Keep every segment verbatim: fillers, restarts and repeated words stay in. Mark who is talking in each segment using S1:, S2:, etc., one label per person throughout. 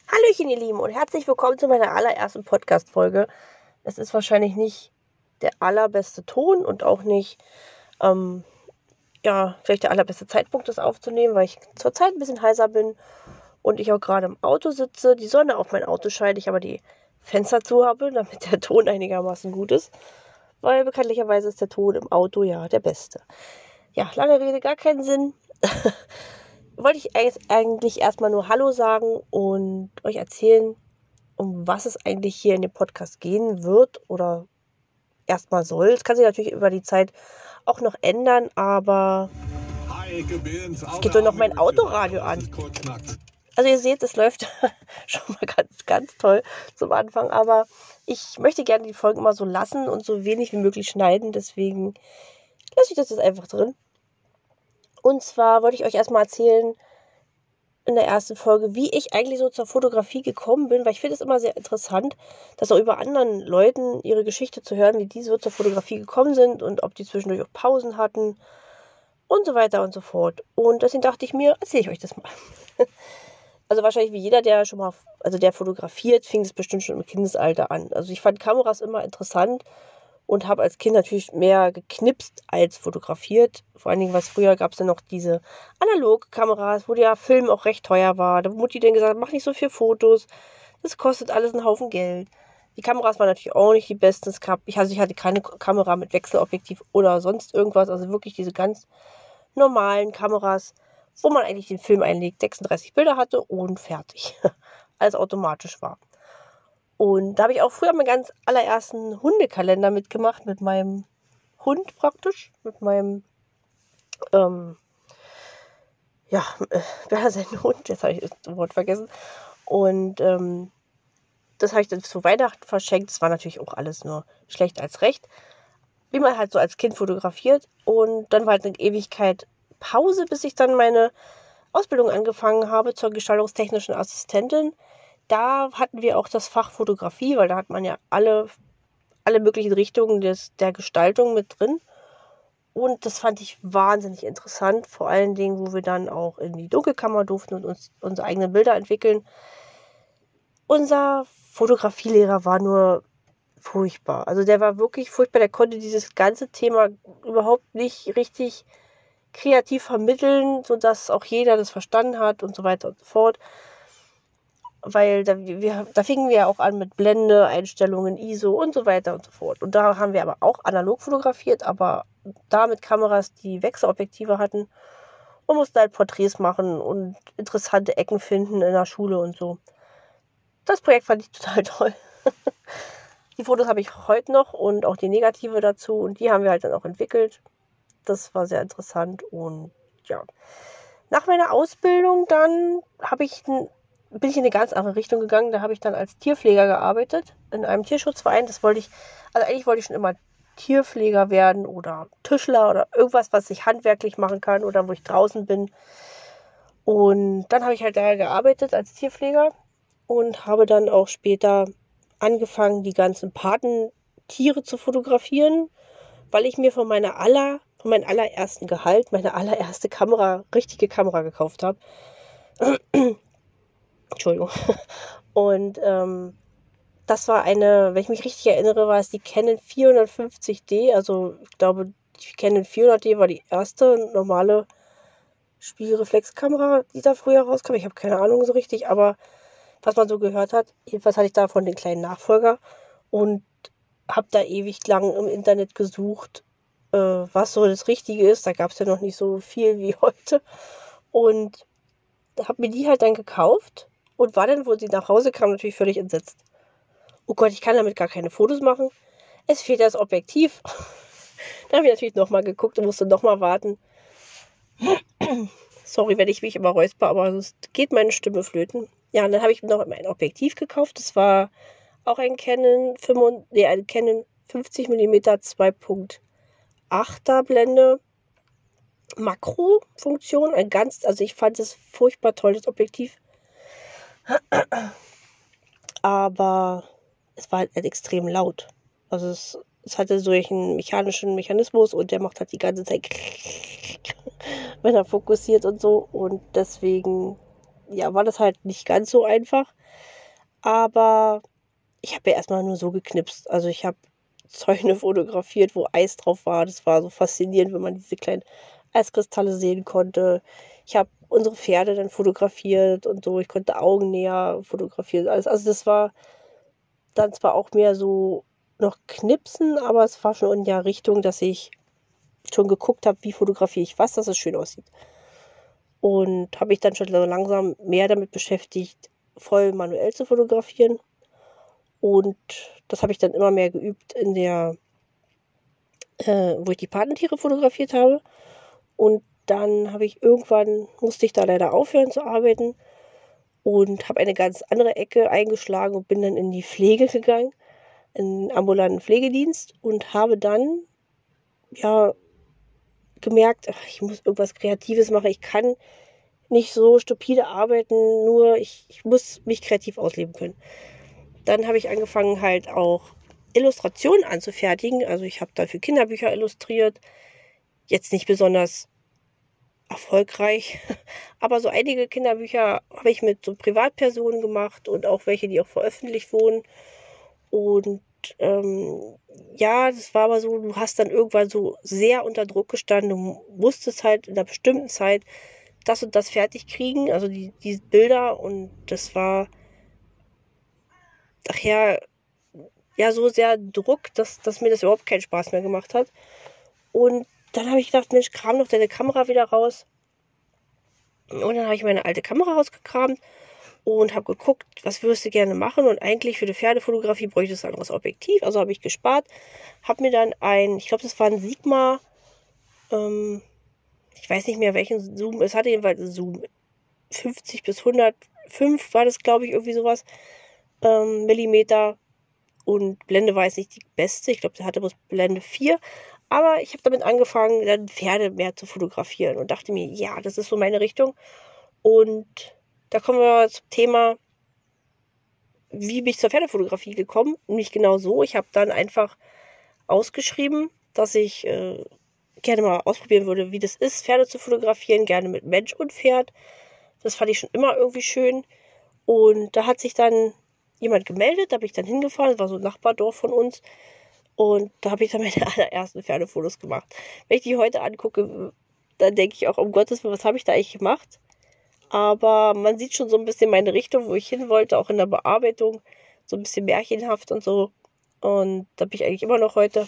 S1: Hallöchen, ihr Lieben, und herzlich willkommen zu meiner allerersten Podcast-Folge. Es ist wahrscheinlich nicht der allerbeste Ton und auch nicht, ähm, ja, vielleicht der allerbeste Zeitpunkt, das aufzunehmen, weil ich zurzeit ein bisschen heiser bin und ich auch gerade im Auto sitze, die Sonne auf mein Auto scheint, ich aber die Fenster zu habe, damit der Ton einigermaßen gut ist, weil bekanntlicherweise ist der Ton im Auto ja der beste. Ja, lange Rede, gar keinen Sinn. Wollte ich eigentlich erstmal nur Hallo sagen und euch erzählen, um was es eigentlich hier in dem Podcast gehen wird oder erstmal soll. Es kann sich natürlich über die Zeit auch noch ändern, aber es geht doch noch mein Autoradio an. Also ihr seht, es läuft schon mal ganz, ganz toll zum Anfang, aber ich möchte gerne die Folgen immer so lassen und so wenig wie möglich schneiden, deswegen lasse ich das jetzt einfach drin. Und zwar wollte ich euch erstmal erzählen, in der ersten Folge, wie ich eigentlich so zur Fotografie gekommen bin, weil ich finde es immer sehr interessant, das auch über anderen Leuten ihre Geschichte zu hören, wie die so zur Fotografie gekommen sind und ob die zwischendurch auch Pausen hatten und so weiter und so fort. Und deswegen dachte ich mir, erzähle ich euch das mal. Also wahrscheinlich wie jeder, der schon mal, also der fotografiert, fing es bestimmt schon im Kindesalter an. Also ich fand Kameras immer interessant und habe als Kind natürlich mehr geknipst als fotografiert. Vor allen Dingen, was früher gab es ja noch diese Analogkameras, wo der Film auch recht teuer war. Da wurde Mutti dann gesagt, mach nicht so viel Fotos, das kostet alles einen Haufen Geld. Die Kameras waren natürlich auch nicht die besten. Es gab, ich, also ich hatte keine Kamera mit Wechselobjektiv oder sonst irgendwas. Also wirklich diese ganz normalen Kameras, wo man eigentlich den Film einlegt, sechsunddreißig Bilder hatte und fertig. Alles automatisch war. Und da habe ich auch früher meinen ganz allerersten Hundekalender mitgemacht, mit meinem Hund praktisch, mit meinem, ähm, ja, äh, wer ist sein Hund? Jetzt habe ich das Wort vergessen. Und ähm, das habe ich dann zu Weihnachten verschenkt. Das war natürlich auch alles nur schlecht als recht, wie man halt so als Kind fotografiert. Und dann war halt eine Ewigkeit Pause, bis ich dann meine Ausbildung angefangen habe zur gestaltungstechnischen Assistentin. Da hatten wir auch das Fach Fotografie, weil da hat man ja alle, alle möglichen Richtungen des, der Gestaltung mit drin. Und das fand ich wahnsinnig interessant, vor allen Dingen, wo wir dann auch in die Dunkelkammer durften und uns unsere eigenen Bilder entwickeln. Unser Fotografielehrer war nur furchtbar. Also der war wirklich furchtbar, der konnte dieses ganze Thema überhaupt nicht richtig kreativ vermitteln, sodass auch jeder das verstanden hat und so weiter und so fort. Weil da, wir, da fingen wir ja auch an mit Blende, Einstellungen, I S O und so weiter und so fort. Und da haben wir aber auch analog fotografiert, aber da mit Kameras, die Wechselobjektive hatten und mussten halt Porträts machen und interessante Ecken finden in der Schule und so. Das Projekt fand ich total toll. Die Fotos habe ich heute noch und auch die Negative dazu und die haben wir halt dann auch entwickelt. Das war sehr interessant und ja. Nach meiner Ausbildung dann habe ich ein bin ich in eine ganz andere Richtung gegangen. Da habe ich dann als Tierpfleger gearbeitet in einem Tierschutzverein. Das wollte ich, also eigentlich wollte ich schon immer Tierpfleger werden oder Tischler oder irgendwas, was ich handwerklich machen kann oder wo ich draußen bin. Und dann habe ich halt da gearbeitet als Tierpfleger und habe dann auch später angefangen, die ganzen Patentiere zu fotografieren, weil ich mir von meiner aller, von meinem allerersten Gehalt meine allererste Kamera, richtige Kamera gekauft habe. Entschuldigung. Und ähm, das war eine, wenn ich mich richtig erinnere, war es die Canon vierhundertfünfzig D. Also ich glaube, die Canon vierhundert D war die erste normale Spiegelreflexkamera, die da früher rauskam. Ich habe keine Ahnung so richtig, aber was man so gehört hat, jedenfalls hatte ich davon den kleinen Nachfolger und habe da ewig lang im Internet gesucht, äh, was so das Richtige ist. Da gab es ja noch nicht so viel wie heute. Und habe mir die halt dann gekauft. Und war dann, wo sie nach Hause kam, natürlich völlig entsetzt. Oh Gott, ich kann damit gar keine Fotos machen. Es fehlt das Objektiv. Dann habe ich natürlich nochmal geguckt und musste nochmal warten. Sorry, wenn ich mich immer räusper, aber sonst geht meine Stimme flöten. Ja, und dann habe ich noch ein Objektiv gekauft. Das war auch ein Canon, fünf, nee, ein Canon fünfzig Millimeter zwei Komma achter Blende. Makro-Funktion. Ein ganz, also ich fand es furchtbar tolles Objektiv. Aber es war halt extrem laut. Also es, es hatte so einen mechanischen Mechanismus und der macht halt die ganze Zeit, wenn er fokussiert und so. Und deswegen ja, war das halt nicht ganz so einfach. Aber ich habe ja erstmal nur so geknipst. Also ich habe Zäune fotografiert, wo Eis drauf war. Das war so faszinierend, wenn man diese kleinen Eiskristalle sehen konnte. Ich habe unsere Pferde dann fotografiert und so. Ich konnte Augen näher fotografieren. Alles. Also das war dann zwar auch mehr so noch knipsen, aber es war schon in der Richtung, dass ich schon geguckt habe, wie fotografiere ich was, dass es schön aussieht. Und habe mich dann schon so langsam mehr damit beschäftigt, voll manuell zu fotografieren. Und das habe ich dann immer mehr geübt in der, äh, wo ich die Patentiere fotografiert habe. Und dann habe ich irgendwann, musste ich da leider aufhören zu arbeiten und habe eine ganz andere Ecke eingeschlagen und bin dann in die Pflege gegangen, in den ambulanten Pflegedienst und habe dann, ja, gemerkt, ach, ich muss irgendwas Kreatives machen. Ich kann nicht so stupide arbeiten, nur ich, ich muss mich kreativ ausleben können. Dann habe ich angefangen halt auch Illustrationen anzufertigen. Also ich habe dafür Kinderbücher illustriert. Jetzt nicht besonders erfolgreich, aber so einige Kinderbücher habe ich mit so Privatpersonen gemacht und auch welche, die auch veröffentlicht wurden. Und ähm, ja, das war aber so, du hast dann irgendwann so sehr unter Druck gestanden. Du musstest halt in einer bestimmten Zeit das und das fertig kriegen, also die, die Bilder. Und das war nachher ja so sehr Druck, dass, dass mir das überhaupt keinen Spaß mehr gemacht hat. Und dann habe ich gedacht, Mensch, kram doch deine Kamera wieder raus. Und dann habe ich meine alte Kamera rausgekramt und habe geguckt, was würdest du gerne machen. Und eigentlich für die Pferdefotografie bräuchte ich ein anderes Objektiv. Also habe ich gespart, habe mir dann ein, ich glaube, das war ein Sigma, ähm, ich weiß nicht mehr welchen Zoom, es hatte jedenfalls einen Zoom, fünfzig bis hundertfünf war das, glaube ich, irgendwie sowas, ähm, Millimeter. Und Blende war jetzt nicht die beste, ich glaube, sie hatte bloß Blende vier. Aber ich habe damit angefangen, dann Pferde mehr zu fotografieren und dachte mir, ja, das ist so meine Richtung. Und da kommen wir zum Thema, wie bin ich zur Pferdefotografie gekommen? Nicht genau so. Ich habe dann einfach ausgeschrieben, dass ich äh, gerne mal ausprobieren würde, wie das ist, Pferde zu fotografieren, gerne mit Mensch und Pferd. Das fand ich schon immer irgendwie schön. Und da hat sich dann jemand gemeldet, da bin ich dann hingefahren, das war so ein Nachbardorf von uns. Und da habe ich dann meine allerersten Pferdefotos gemacht. Wenn ich die heute angucke, dann denke ich auch, um Gottes Willen, was habe ich da eigentlich gemacht? Aber man sieht schon so ein bisschen meine Richtung, wo ich hin wollte, auch in der Bearbeitung. So ein bisschen märchenhaft und so. Und da bin ich eigentlich immer noch heute.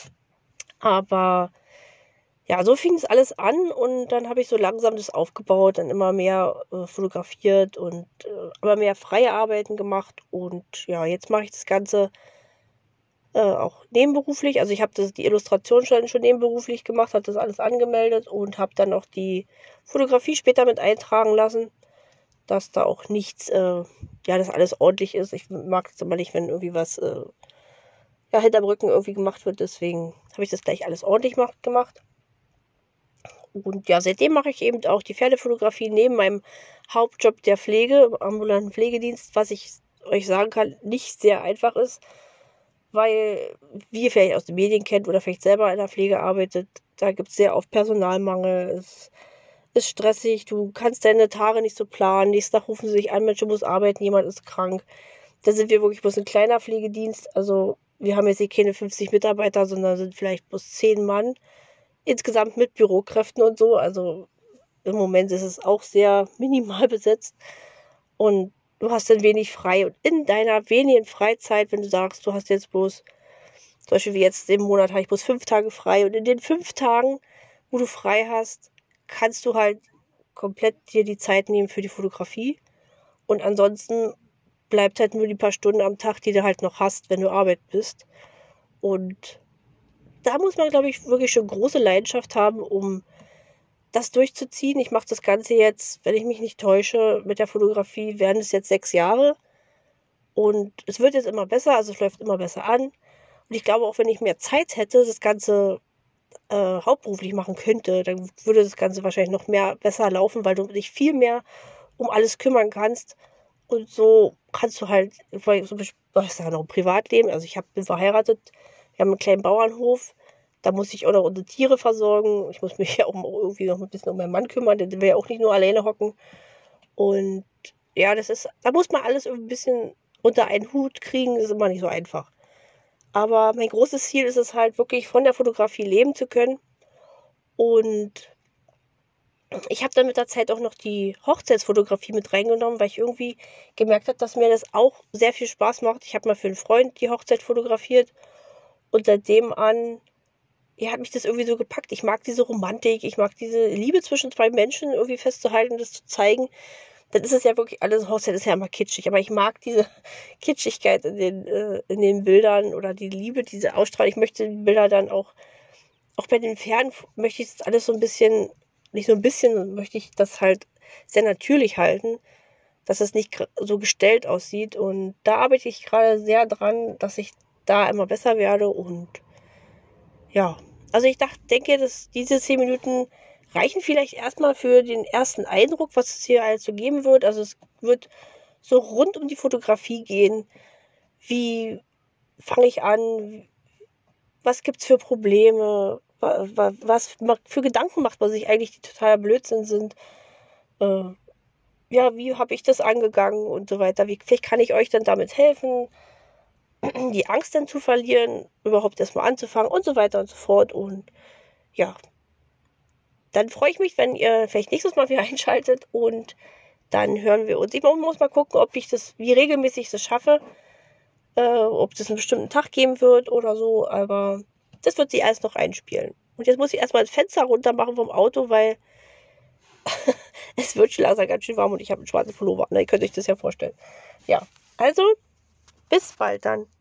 S1: Aber ja, so fing es alles an und dann habe ich so langsam das aufgebaut, dann immer mehr äh, fotografiert und äh, immer mehr freie Arbeiten gemacht. Und ja, jetzt mache ich das Ganze äh, auch nebenberuflich. Also ich habe das die Illustration schon, schon nebenberuflich gemacht, habe das alles angemeldet und habe dann auch die Fotografie später mit eintragen lassen, dass da auch nichts, äh, ja, dass alles ordentlich ist. Ich mag es immer nicht, wenn irgendwie was äh, ja, hinterm Rücken irgendwie gemacht wird. Deswegen habe ich das gleich alles ordentlich macht, gemacht. Und ja, seitdem mache ich eben auch die Pferdefotografie neben meinem Hauptjob der Pflege, im ambulanten Pflegedienst, was ich euch sagen kann, nicht sehr einfach ist, weil, wie ihr vielleicht aus den Medien kennt oder vielleicht selber in der Pflege arbeitet, da gibt es sehr oft Personalmangel, es ist stressig, du kannst deine Tage nicht so planen, nächsten Tag rufen sie sich an, Mensch, du musst arbeiten, jemand ist krank. Da sind wir wirklich bloß ein kleiner Pflegedienst, also wir haben jetzt hier keine fünfzig Mitarbeiter, sondern sind vielleicht bloß zehn Mann. Insgesamt mit Bürokräften und so. Also im Moment ist es auch sehr minimal besetzt. Und du hast dann wenig frei. Und in deiner wenigen Freizeit, wenn du sagst, du hast jetzt bloß, zum Beispiel wie jetzt im Monat habe ich bloß fünf Tage frei. Und in den fünf Tagen, wo du frei hast, kannst du halt komplett dir die Zeit nehmen für die Fotografie. Und ansonsten bleibt halt nur die paar Stunden am Tag, die du halt noch hast, wenn du arbeiten bist. Und da muss man, glaube ich, wirklich schon große Leidenschaft haben, um das durchzuziehen. Ich mache das Ganze jetzt, wenn ich mich nicht täusche, mit der Fotografie, werden es jetzt sechs Jahre. Und es wird jetzt immer besser, also es läuft immer besser an. Und ich glaube, auch wenn ich mehr Zeit hätte, das Ganze äh, hauptberuflich machen könnte, dann würde das Ganze wahrscheinlich noch mehr besser laufen, weil du dich viel mehr um alles kümmern kannst. Und so kannst du halt, so, du hast ja noch ein Privatleben, also ich hab, bin verheiratet, wir haben einen kleinen Bauernhof, da muss ich auch noch unsere Tiere versorgen. Ich muss mich ja auch irgendwie noch ein bisschen um meinen Mann kümmern, der will ja auch nicht nur alleine hocken. Und ja, das ist, da muss man alles ein bisschen unter einen Hut kriegen, ist immer nicht so einfach. Aber mein großes Ziel ist es halt wirklich, von der Fotografie leben zu können. Und ich habe dann mit der Zeit auch noch die Hochzeitsfotografie mit reingenommen, weil ich irgendwie gemerkt habe, dass mir das auch sehr viel Spaß macht. Ich habe mal für einen Freund die Hochzeit fotografiert und seitdem an, ja, hat mich das irgendwie so gepackt. Ich mag diese Romantik, ich mag diese Liebe zwischen zwei Menschen irgendwie festzuhalten, das zu zeigen. Dann ist es ja wirklich alles, Hochzeit ist ja immer kitschig, aber ich mag diese Kitschigkeit in den, äh, in den Bildern oder die Liebe, diese Ausstrahlung. Ich möchte die Bilder dann auch, auch bei den Pferden möchte ich das alles so ein bisschen, nicht so ein bisschen, möchte ich das halt sehr natürlich halten, dass es nicht so gestellt aussieht. Und da arbeite ich gerade sehr dran, dass ich da immer besser werde. Und ja, also ich dachte, denke, dass diese zehn Minuten reichen vielleicht erstmal für den ersten Eindruck, was es hier alles so geben wird. Also es wird so rund um die Fotografie gehen. Wie fange ich an? Was gibt es für Probleme? Was für Gedanken macht man sich eigentlich, die totaler Blödsinn sind? Äh, ja, wie habe ich das angegangen und so weiter? Wie, vielleicht kann ich euch dann damit helfen, die Angst dann zu verlieren, überhaupt erstmal anzufangen und so weiter und so fort. Und ja, dann freue ich mich, wenn ihr vielleicht nächstes Mal wieder einschaltet und dann hören wir uns. Ich muss mal gucken, ob ich das, wie regelmäßig ich das schaffe, äh, ob es einen bestimmten Tag geben wird oder so, aber das wird sich alles noch einspielen. Und jetzt muss ich erstmal das Fenster runter machen vom Auto, weil es wird schon langsam ganz schön warm und ich habe einen schwarzen Pullover an. Ihr könnt euch das ja vorstellen. Ja, also bis bald dann.